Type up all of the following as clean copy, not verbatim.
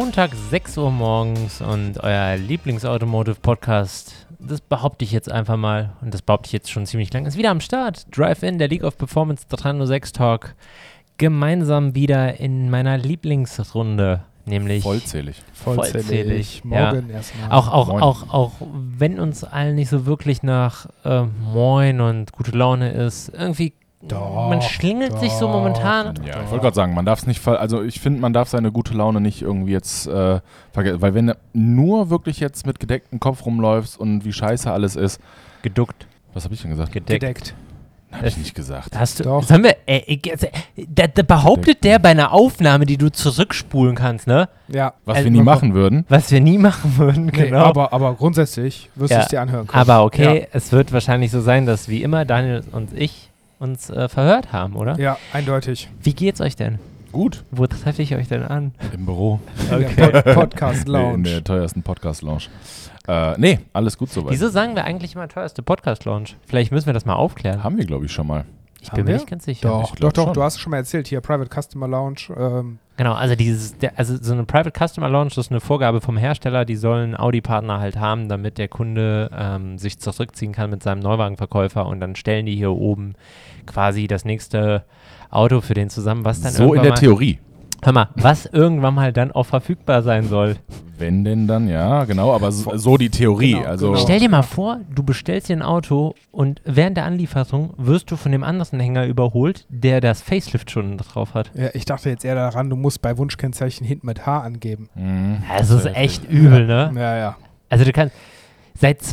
Montag 6 Uhr morgens und euer Lieblings-Automotive-Podcast, das behaupte ich jetzt einfach mal und das behaupte ich jetzt schon ziemlich lang, ist wieder am Start. Drive-In, der League of Performance 306 Talk, gemeinsam wieder in meiner Lieblingsrunde, nämlich Vollzählig. Morgen erstmal. Auch wenn uns allen nicht so wirklich nach Moin und gute Laune ist, irgendwie man schlingelt sich so momentan. Ja, ich wollte gerade sagen, man darf es nicht, also ich finde, man darf seine gute Laune nicht irgendwie jetzt vergessen, weil wenn du nur wirklich jetzt mit gedecktem Kopf rumläufst und wie scheiße alles ist. Geduckt. Was habe ich denn gesagt? Gedeckt. Habe ich nicht gesagt. Hast du, doch. Sollen wir, da behauptet der bei einer Aufnahme, die du zurückspulen kannst, ne? Ja. Was wir nie machen würden. Was wir nie machen würden, nee, genau. Aber grundsätzlich wirst du es dir anhören können. Aber okay, es wird wahrscheinlich so sein, dass wie immer Daniel und ich uns verhört haben, oder? Ja, eindeutig. Wie geht's euch denn? Gut. Wo treffe ich euch denn an? Im Büro. Okay. In der Podcast-Lounge. In der teuersten Podcast-Lounge. Nee, alles gut soweit. Wieso sagen wir eigentlich immer teuerste Podcast-Lounge? Vielleicht müssen wir das mal aufklären. Haben wir, glaube ich, schon mal. Ich bin mir nicht ganz sicher. Doch, du hast es schon mal erzählt, hier Private Customer Lounge. Genau, also so eine Private Customer Lounge, das ist eine Vorgabe vom Hersteller, die sollen Audi-Partner halt haben, damit der Kunde sich zurückziehen kann mit seinem Neuwagenverkäufer und dann stellen die hier oben quasi das nächste Auto für den zusammen, was dann so in der Theorie. Hör mal, was irgendwann mal dann auch verfügbar sein soll. Wenn denn dann, ja, genau, aber so die Theorie. Genau, also Stell dir mal vor, du bestellst dir ein Auto und während der Anlieferung wirst du von dem anderen Hänger überholt, der das Facelift schon drauf hat. Ja, ich dachte jetzt eher daran, du musst bei Wunschkennzeichen hinten mit H angeben. Das ist echt übel, ne? Ja. Also du kannst seit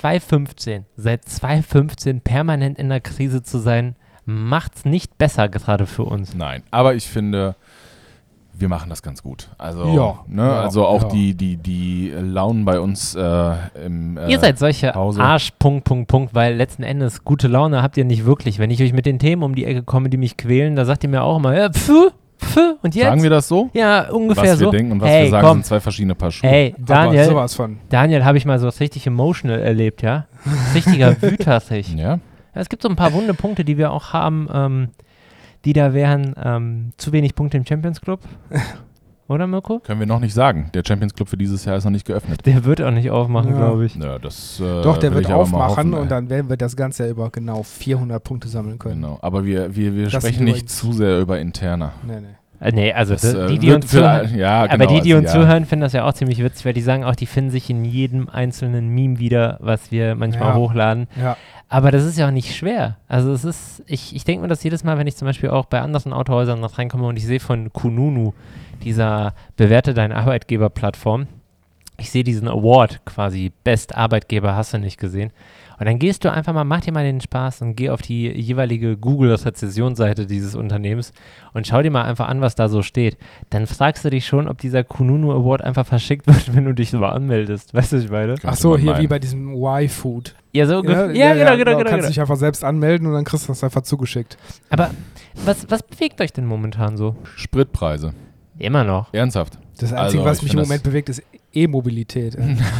2015 permanent in der Krise zu sein, macht's nicht besser gerade für uns. Nein, aber ich finde, wir machen das ganz gut. Also, also auch die Launen bei uns im Ihr seid solche Hause. Arsch, weil letzten Endes gute Laune habt ihr nicht wirklich. Wenn ich euch mit den Themen um die Ecke komme, die mich quälen, da sagt ihr mir auch immer, ja, und jetzt? Sagen wir das so? Ja, ungefähr so. Was wir denken und was wir sagen, sind zwei verschiedene Paar Schuhe. Hey, Daniel, sowas von. Daniel habe ich mal so was richtig emotional erlebt, ja? Richtiger Wüterich. Ja. Es gibt so ein paar wunde Punkte, die wir auch haben, die da wären zu wenig Punkte im Champions Club. Oder, Mirko? Können wir noch nicht sagen. Der Champions Club für dieses Jahr ist noch nicht geöffnet. Der wird auch nicht aufmachen, glaube ich. Ja, das, Doch, der wird aufmachen hoffen, und dann werden wir das Ganze ja über genau 400 Punkte sammeln können. Genau, aber wir sprechen nicht zu sehr über Interna. Nee, also die wird uns zuhören, ja, genau, aber die uns zuhören, finden das ja auch ziemlich witzig, weil die sagen auch, die finden sich in jedem einzelnen Meme wieder, was wir manchmal hochladen. Ja. Aber das ist ja auch nicht schwer. Also es ist, ich denke mir das jedes Mal, wenn ich zum Beispiel auch bei anderen Autohäusern noch reinkomme und ich sehe von Kununu, dieser Bewerte deinen Arbeitgeber-Plattform, ich sehe diesen Award quasi, Best Arbeitgeber, hast du nicht gesehen. Und dann gehst du einfach mal, mach dir mal den Spaß und geh auf die jeweilige Google-Rezessionsseite dieses Unternehmens und schau dir mal einfach an, was da so steht. Dann fragst du dich schon, ob dieser Kununu Award einfach verschickt wird, wenn du dich so anmeldest. Weißt du, was ich meine? Ach so, hier wie bei diesem Y-Food. Ja, so genau. Du kannst dich einfach selbst anmelden und dann kriegst du das einfach zugeschickt. Aber was bewegt euch denn momentan so? Spritpreise. Immer noch. Ernsthaft. Das Einzige, was mich im Moment bewegt, ist E-Mobilität.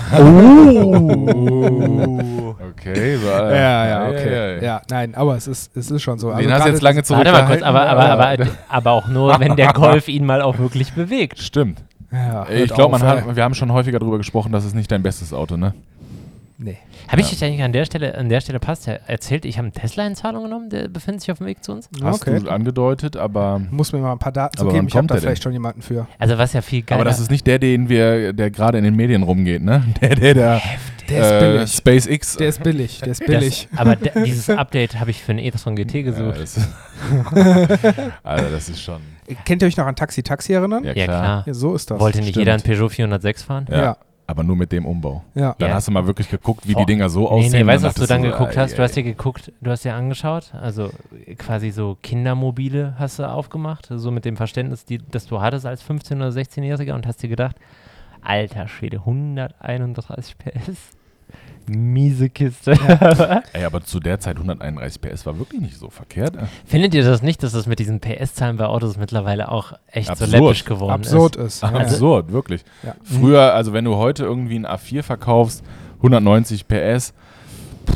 Okay. Okay. Ja, nein, aber es ist schon so. Den hast du jetzt lange Warte zurückgehalten. mal kurz, aber auch nur, wenn der Golf ihn mal auch wirklich bewegt. Stimmt. Ja, ich glaube, wir haben schon häufiger darüber gesprochen, das ist nicht dein bestes Auto, ne? Nee. Habe ich dich eigentlich an der Stelle passt ja erzählt, ich habe einen Tesla in Zahlung genommen, der befindet sich auf dem Weg zu uns? Hast du angedeutet, aber... Muss mir mal ein paar Daten zu geben, ich habe da vielleicht schon jemanden für. Also was ja viel geiler... Aber das ist nicht der gerade in den Medien rumgeht, ne? Der ist billig. SpaceX. Der ist billig. Aber dieses Update habe ich für einen e-tron GT gesucht. Also das ist schon... Kennt ihr euch noch an Taxi erinnern? Ja, klar. Ja, so ist das. Wollte nicht jeder einen Peugeot 406 fahren? Ja. Aber nur mit dem Umbau. Ja. Dann hast du mal wirklich geguckt, wie die Dinger so aussehen. Nee, weißt du, was du dann geguckt hast? Du hast dir geguckt, du hast dir angeschaut, also quasi so Kindermobile hast du aufgemacht, so mit dem Verständnis, das du hattest als 15- oder 16-Jähriger und hast dir gedacht, alter Schwede, 131 PS? Miese Kiste. Ja. Ey, aber zu der Zeit 131 PS war wirklich nicht so verkehrt. Findet ihr das nicht, dass das mit diesen PS-Zahlen bei Autos mittlerweile auch echt absurd. So läppisch geworden absurd ist? Absurd, wirklich. Ja. Früher, also wenn du heute irgendwie ein A4 verkaufst, 190 PS,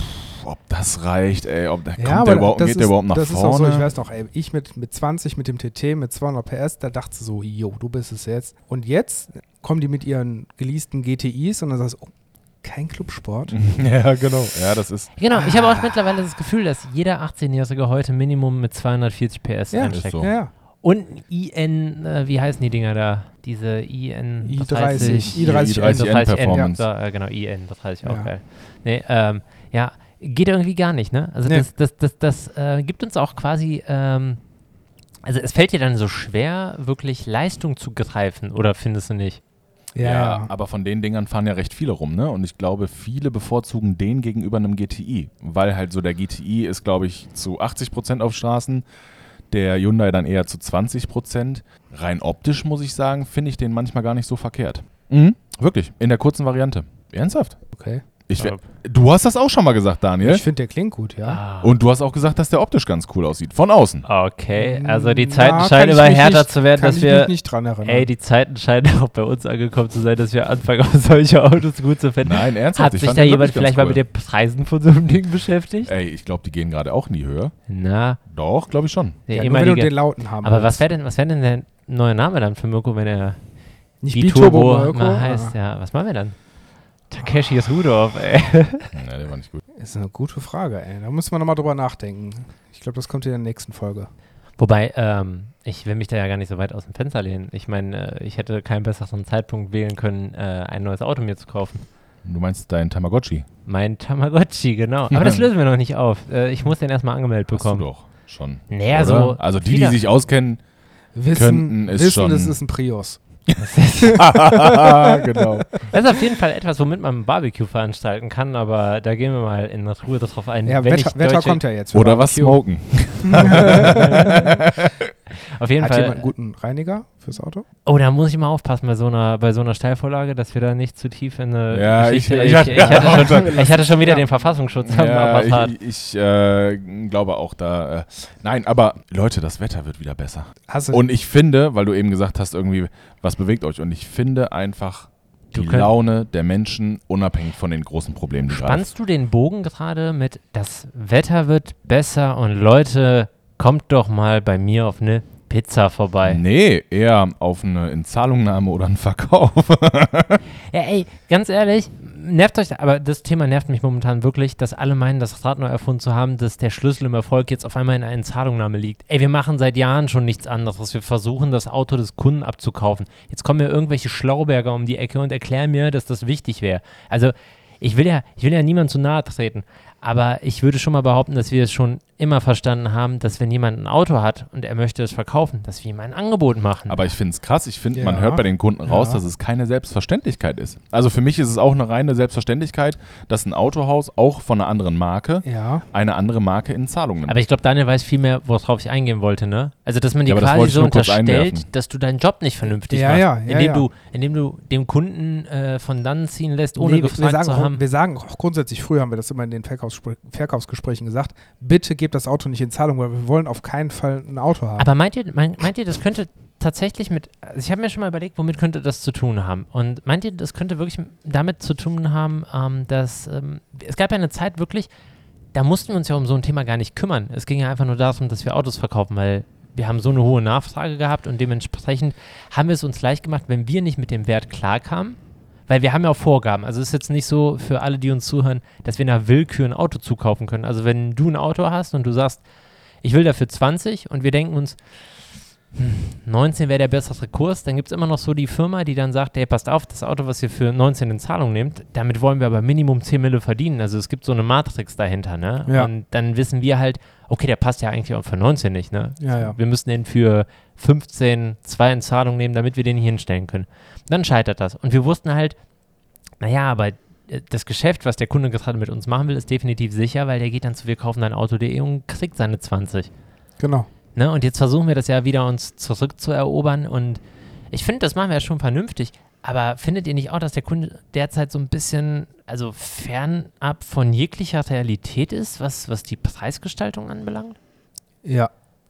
Ob das reicht, ey. Geht Ja, der aber überhaupt nach das vorne? ist auch so, ich weiß noch, ey, ich mit 20 mit dem TT, mit 200 PS, da dachte sie so, yo, du bist es jetzt. Und jetzt kommen die mit ihren geleasten GTIs und dann sagst du, oh, kein Clubsport. Ja, genau. Ja, das ist... Genau, ich habe auch mittlerweile das Gefühl, dass jeder 18-Jährige heute Minimum mit 240 PS einsteckt. ist so. Ja. Und IN, wie heißen die Dinger da? Diese IN i30 i30N Performance. Ja, genau, IN, das heißt auch Ja. geil. Nee, ja, geht irgendwie gar nicht, ne? Also Nee. das gibt uns auch quasi, also es fällt dir dann so schwer, wirklich Leistung zu greifen, oder findest du nicht? Ja. Aber von den Dingern fahren ja recht viele rum, ne? Und ich glaube, viele bevorzugen den gegenüber einem GTI, weil halt so der GTI ist, glaube ich, zu 80% auf Straßen, der Hyundai dann eher zu 20%. Rein optisch, muss ich sagen, finde ich den manchmal gar nicht so verkehrt. Wirklich, in der kurzen Variante. Ernsthaft? Okay. Du hast das auch schon mal gesagt, Daniel. Ich finde, der klingt gut, ja. Und du hast auch gesagt, dass der optisch ganz cool aussieht. Von außen. Okay, also die Zeiten Na, scheinen kann immer ich mich härter nicht- zu werden, kann dass ich wir... mich nicht dran erinnern. Ey, die Zeiten scheinen auch bei uns angekommen zu sein, dass wir anfangen, auch solche Autos gut zu finden. Nein, ernsthaft. Hat ich sich fand da den jemand wirklich vielleicht ganz mal mit den Preisen von so einem Ding beschäftigt? Ey, ich glaube, die gehen gerade auch in die Höhe. Na, Doch, glaube ich schon. der ja, nur wenn du ehemalige... den Lauten haben Aber willst. was wär denn der neue Name dann für Mirko, wenn er Nicht Biturbo Mirko? mal heißt? Ja, was machen wir dann? Takeshi Rudolph, ey. Ja, der war nicht gut. Ist eine gute Frage, ey. Da müssen wir nochmal drüber nachdenken. Ich glaube, das kommt in der nächsten Folge. Wobei, ich will mich da ja gar nicht so weit aus dem Fenster lehnen. Ich meine, ich hätte keinen besseren Zeitpunkt wählen können, ein neues Auto mir zu kaufen. Du meinst dein Tamagotchi? Mein Tamagotchi, genau. Aber das lösen wir noch nicht auf. Ich muss den erstmal angemeldet bekommen. Hast du doch schon. Naja, oder? so Also die viele- sich auskennen, Könnten ist schon- das ist ein Prius. genau. Das ist auf jeden Fall etwas, womit man ein Barbecue veranstalten kann, aber da gehen wir mal in Ruhe drauf ein. Ja, Wenn Wetter ich deutsche- kommt ja jetzt. für Oder was Barbecue. smoken. Auf jeden Hat Fall. jemand einen guten Reiniger fürs Auto? Oh, da muss ich mal aufpassen bei so einer Steilvorlage, dass wir da nicht zu tief in eine Ja, Geschichte... ich Ich hatte schon wieder den Verfassungsschutz am Apparat. ich glaube auch da. Nein, aber Leute, das Wetter wird wieder besser. Hast du Und ich finde, weil du eben gesagt hast, irgendwie, was bewegt euch? Und ich finde einfach die Laune der Menschen unabhängig von den großen Problemen, die gerade. Spannst du den Bogen gerade mit, das Wetter wird besser und Leute, kommt doch mal bei mir auf eine Pizza vorbei. Nee, eher auf eine Inzahlungnahme oder einen Verkauf. Ja, ey, ganz ehrlich, nervt euch, aber das Thema nervt mich momentan wirklich, dass alle meinen, das Rad neu erfunden zu haben, dass der Schlüssel im Erfolg jetzt auf einmal in einer Zahlungnahme liegt. Ey, wir machen seit Jahren schon nichts anderes. Wir versuchen, das Auto des Kunden abzukaufen. Jetzt kommen mir irgendwelche Schlauberger um die Ecke und erklären mir, dass das wichtig wäre. Also, ich will ja niemandem zu nahe treten, aber ich würde schon mal behaupten, dass wir es schon immer verstanden haben, dass wenn jemand ein Auto hat und er möchte es verkaufen, dass wir ihm ein Angebot machen. Aber ich finde es krass. Ich finde, man Ja. hört bei den Kunden raus, Ja. dass es keine Selbstverständlichkeit ist. Also für mich ist es auch eine reine Selbstverständlichkeit, dass ein Autohaus auch von einer anderen Marke Ja. eine andere Marke in Zahlung nimmt. Aber ich glaube, Daniel weiß viel mehr, worauf ich eingehen wollte, ne? Also, dass man dir Ja, aber das quasi wollte ich so nur kurz unterstellt, einwerfen. dass du deinen Job nicht vernünftig Ja, machst. ja, ja, indem du dem Kunden von dann ziehen lässt, ohne Nee, gefragt zu haben. wir sagen auch grundsätzlich, früher haben wir das immer in den Verkaufsgesprächen gesagt, bitte gebt das Auto nicht in Zahlung, weil wir wollen auf keinen Fall ein Auto haben. Aber meint ihr, das könnte tatsächlich also ich habe mir schon mal überlegt, womit könnte das zu tun haben? Und meint ihr, das könnte wirklich damit zu tun haben, dass es gab ja eine Zeit wirklich, da mussten wir uns ja um so ein Thema gar nicht kümmern. Es ging ja einfach nur darum, dass wir Autos verkaufen, weil wir haben so eine hohe Nachfrage gehabt und dementsprechend haben wir es uns leicht gemacht, wenn wir nicht mit dem Wert klarkamen, weil wir haben ja auch Vorgaben. Also es ist jetzt nicht so für alle, die uns zuhören, dass wir nach Willkür ein Auto zukaufen können. Also wenn du ein Auto hast und du sagst, ich will dafür 20 und wir denken uns, 19 wäre der bessere Kurs, dann gibt es immer noch so die Firma, die dann sagt, hey, passt auf, das Auto, was ihr für 19 in Zahlung nehmt, damit wollen wir aber Minimum 10 Mille verdienen. Also es gibt so eine Matrix dahinter, ne? Ja. Und dann wissen wir halt, okay, der passt ja eigentlich auch für 19 nicht, ne? Ja, ja. Wir müssen den für 15, 2 in Zahlung nehmen, damit wir den hier hinstellen können. Dann scheitert das. Und wir wussten halt, naja, aber das Geschäft, was der Kunde gerade mit uns machen will, ist definitiv sicher, weil der geht dann zu wirkaufendeinauto.de und kriegt seine 20. Genau. Ne? Und jetzt versuchen wir das ja wieder uns zurückzuerobern und ich finde, das machen wir ja schon vernünftig. Aber findet ihr nicht auch, dass der Kunde derzeit so ein bisschen, also fernab von jeglicher Realität ist, was die Preisgestaltung anbelangt? Ja.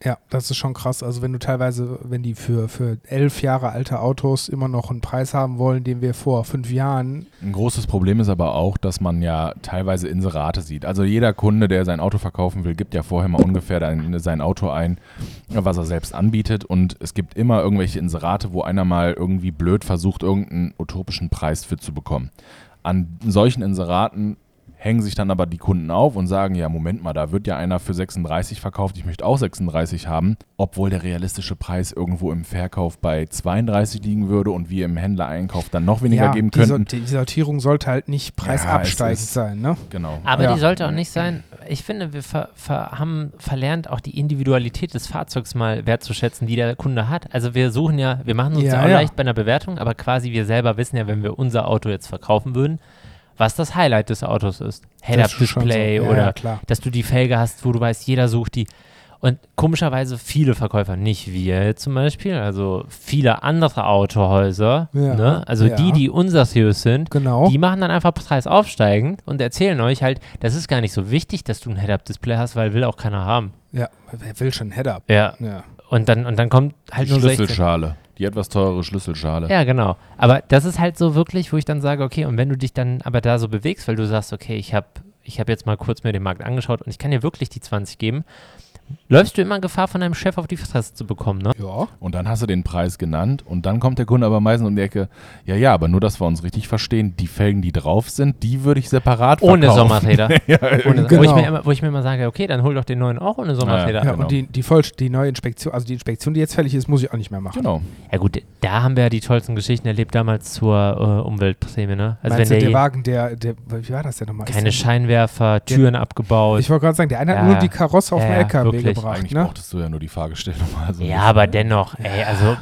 Ja, das ist schon krass. Also wenn du teilweise, wenn die für 11 Jahre alte Autos immer noch einen Preis haben wollen, den wir vor 5 Jahren... Ein großes Problem ist aber auch, dass man ja teilweise Inserate sieht. Also jeder Kunde, der sein Auto verkaufen will, gibt ja vorher mal ungefähr sein Auto ein, was er selbst anbietet. Und es gibt immer irgendwelche Inserate, wo einer mal irgendwie blöd versucht, irgendeinen utopischen Preis für zu bekommen. An solchen Inseraten hängen sich dann aber die Kunden auf und sagen, ja, Moment mal, da wird ja einer für 36 verkauft, ich möchte auch 36 haben, obwohl der realistische Preis irgendwo im Verkauf bei 32 liegen würde und wir im Händler-Einkauf dann noch weniger geben könnten. Die Sortierung sollte halt nicht preisabsteigend sein, ne? Genau. Aber die sollte auch nicht sein, ich finde, wir haben verlernt, auch die Individualität des Fahrzeugs mal wertzuschätzen, die der Kunde hat. Also wir machen uns ja auch leicht bei einer Bewertung, aber quasi wir selber wissen ja, wenn wir unser Auto jetzt verkaufen würden, was das Highlight des Autos ist. Head-Up-Display so. oder klar. dass du die Felge hast, wo du weißt, jeder sucht die. Und komischerweise viele Verkäufer, nicht wir jetzt zum Beispiel, also viele andere Autohäuser, ne? Also die unseriös sind, genau. Die machen dann einfach Preis aufsteigend und erzählen euch halt, das ist gar nicht so wichtig, dass du ein Head-Up-Display hast, weil will auch keiner haben. Ja, wer will schon Head-Up? Ja. Und dann kommt halt nur 16. Schlüsselschale. Die etwas teurere Schlüsselschale. Ja, genau. Aber das ist halt so wirklich, wo ich dann sage, okay, und wenn du dich dann aber da so bewegst, weil du sagst, okay, ich hab jetzt mal kurz mir den Markt angeschaut und ich kann dir wirklich die 20 geben, läufst du immer Gefahr, von deinem Chef auf die Fresse zu bekommen, ne? Ja. Und dann hast du den Preis genannt und dann kommt der Kunde aber meistens um die Ecke, ja, aber nur, dass wir uns richtig verstehen, die Felgen, die drauf sind, die würde ich separat verkaufen. Ohne Sommerräder. Genau. Wo ich mir immer sage, okay, dann hol doch den neuen auch ohne Sommerräder. Ja, genau. und die neue Inspektion, also die Inspektion, die jetzt fällig ist, muss ich auch nicht mehr machen. Genau. Ja gut, da haben wir ja die tollsten Geschichten erlebt damals zur Umweltprämie, ne? Also Meinst wenn du, der Wagen, wie war das denn nochmal? keine Scheinwerfer, Türen abgebaut. Ich wollte gerade sagen, der eine hat nur die Karosse auf den LKW wirklich. gebracht, Eigentlich ne? brauchtest du ja nur die Fahrgestellnummer. Also Ja, aber dennoch, also,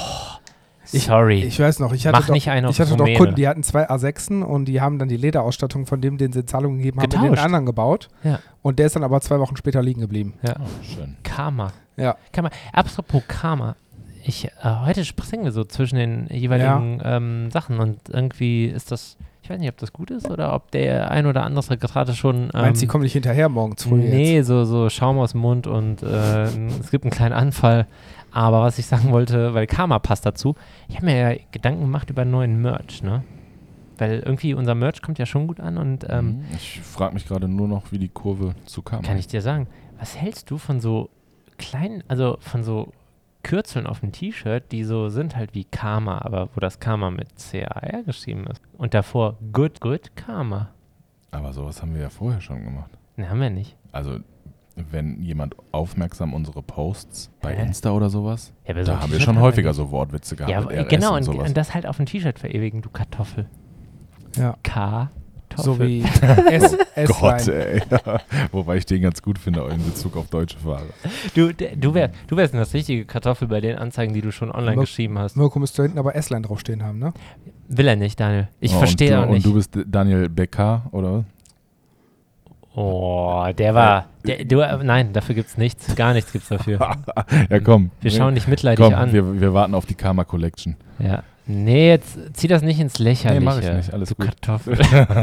sorry. Ich weiß noch, ich hatte doch Kunden, die hatten 2 A6en und die haben dann die Lederausstattung von dem, den sie in Zahlung gegeben haben, in den anderen gebaut. Ja. Und der ist dann aber 2 Wochen später liegen geblieben. Ja. schön. Karma. Ja. Apropos Karma. Heute springen wir so zwischen den jeweiligen Sachen und irgendwie ist das, ich weiß nicht, ob das gut ist oder ob der ein oder andere gerade schon... Meinst du, die kommen nicht hinterher morgens früh Nee, jetzt? so Schaum aus dem Mund und es gibt einen kleinen Anfall. Aber was ich sagen wollte, weil Karma passt dazu, ich habe mir ja Gedanken gemacht über neuen Merch, ne? Weil irgendwie unser Merch kommt ja schon gut an und ich frage mich gerade nur noch, wie die Kurve zu kam. kann ich dir sagen, was hältst du von so kleinen, also von so Kürzeln auf dem T-Shirt, die so sind halt wie Karma, aber wo das Karma mit C-A-R geschrieben ist. Und davor Good Karma. Aber sowas haben wir ja vorher schon gemacht. Ne, haben wir nicht. Also, wenn jemand aufmerksam unsere Posts bei Insta oder sowas, Ja, aber so da ein haben wir T-Shirt schon haben wir häufiger nicht. so Wortwitze gehabt Ja, mit RS genau, und sowas. und das halt auf dem T-Shirt verewigen, du Kartoffel. Ja. Kartoffel. So wie Gott, S-Line. ey. Wobei ich den ganz gut finde in Bezug auf deutsche Fahrer. Du wärst das richtige Kartoffel bei den Anzeigen, die du schon online geschrieben hast. Mirko müsste hinten aber S-Line draufstehen haben, ne? Will er nicht, Daniel. Ich Oh, verstehe auch nicht. Und du bist Daniel Becker, oder? Oh, nein, dafür gibt's nichts. Gar nichts gibt's dafür. Ja, komm. Wir schauen dich mitleidig Komm, an. wir warten auf die Karma Collection. Ja. Nee, jetzt zieh das nicht ins Lächerliche. Nee, mach ich nicht, alles du gut. Kartoffel.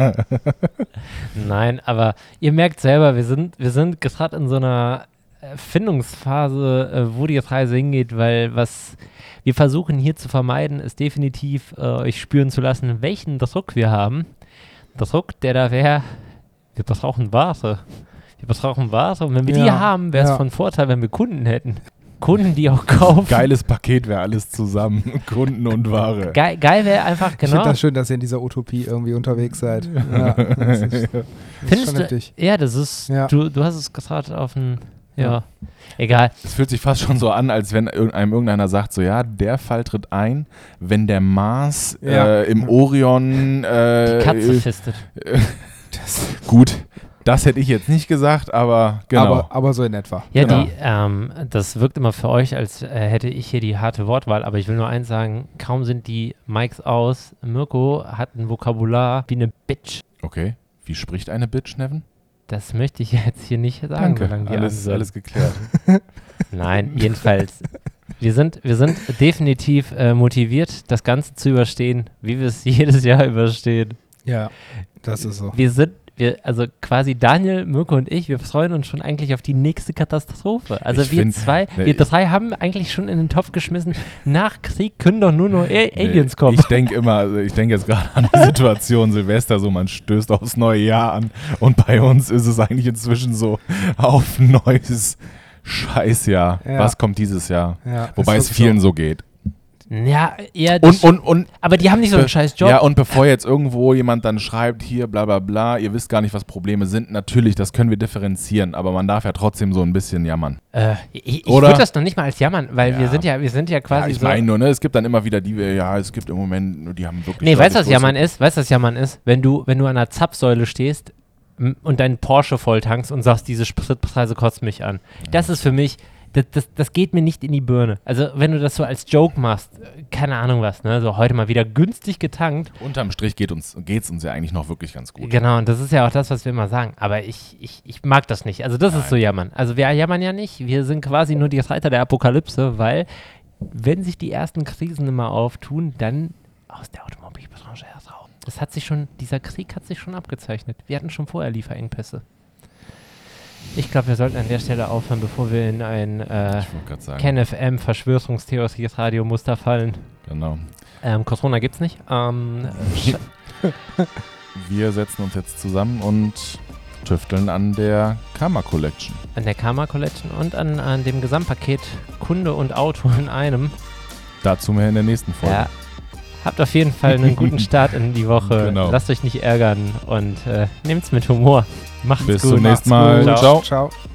Nein, aber ihr merkt selber, wir sind gerade in so einer Findungsphase, wo die Reise hingeht, weil was wir versuchen hier zu vermeiden, ist definitiv euch spüren zu lassen, welchen Druck wir haben. Druck, der da wäre, wir brauchen Ware. Und wenn wir die haben, wäre es von Vorteil, wenn wir Kunden hätten. Kunden, die auch kaufen. Geiles Paket wäre alles zusammen. Kunden und Ware. Geil wäre einfach, Ich genau. finde das schön, dass ihr in dieser Utopie irgendwie unterwegs seid. Ja, das ist Findest schon du? heftig. Ja, das ist, Ja. du hast es gerade auf den, egal. Es fühlt sich fast schon so an, als wenn einem irgendeiner sagt, so ja, der Fall tritt ein, wenn der Mars im Orion Die Katze fistet. gut, das hätte ich jetzt nicht gesagt, aber genau. Aber so in etwa. Ja, Genau. das wirkt immer für euch, als hätte ich hier die harte Wortwahl, aber ich will nur eins sagen, kaum sind die Mikes aus, Mirko hat ein Vokabular wie eine Bitch. Okay, wie spricht eine Bitch, Nevin? Das möchte ich jetzt hier nicht sagen. solange die alles geklärt. Nein, jedenfalls. Wir sind definitiv motiviert, das Ganze zu überstehen, wie wir es jedes Jahr überstehen. Ja, das ist so. Wir sind also quasi Daniel, Mirko und ich, wir freuen uns schon eigentlich auf die nächste Katastrophe. Also wir drei haben eigentlich schon in den Topf geschmissen, nach Krieg können doch nur noch Aliens kommen. Ich denke jetzt gerade an die Situation Silvester, so man stößt aufs neue Jahr an und bei uns ist es eigentlich inzwischen so auf ein neues Scheißjahr. Ja. Was kommt dieses Jahr? Ja, Wobei es vielen so geht. Ja, eher aber die haben nicht so einen scheiß Job. Ja, und bevor jetzt irgendwo jemand dann schreibt, hier bla bla bla, ihr wisst gar nicht, was Probleme sind, natürlich, das können wir differenzieren, aber man darf ja trotzdem so ein bisschen jammern. Ich würde das noch nicht mal als jammern, weil wir sind ja quasi ich meine nur, ne, es gibt dann immer wieder es gibt im Moment, die haben wirklich... Nee, weißt du, was Jammern ist? Wenn du an einer Zapfsäule stehst und deinen Porsche volltankst und sagst, diese Spritpreise kosten mich an. Das ist für mich... Das geht mir nicht in die Birne. Also wenn du das so als Joke machst, keine Ahnung was, ne? So heute mal wieder günstig getankt. Unterm Strich geht's uns ja eigentlich noch wirklich ganz gut. Genau, und das ist ja auch das, was wir immer sagen. Aber ich mag das nicht. Also das ist so Jammern. Also wir jammern ja nicht. Wir sind quasi nur die Reiter der Apokalypse, weil wenn sich die ersten Krisen immer auftun, dann aus der Automobilbranche heraus. Dieser Krieg hat sich schon abgezeichnet. Wir hatten schon vorher Lieferengpässe. Ich glaube, wir sollten an der Stelle aufhören, bevor wir in ein KenFM Verschwörungstheorie-Radio-Muster fallen. Genau. Corona gibt's nicht. Wir setzen uns jetzt zusammen und tüfteln an der Karma Collection. An der Karma Collection und an dem Gesamtpaket Kunde und Auto in einem. Dazu mehr in der nächsten Folge. Ja. Habt auf jeden Fall einen guten Start in die Woche. Genau. Lasst euch nicht ärgern und nehmt's mit Humor. Macht's gut. Bis zum nächsten Mal. Ciao. Ciao.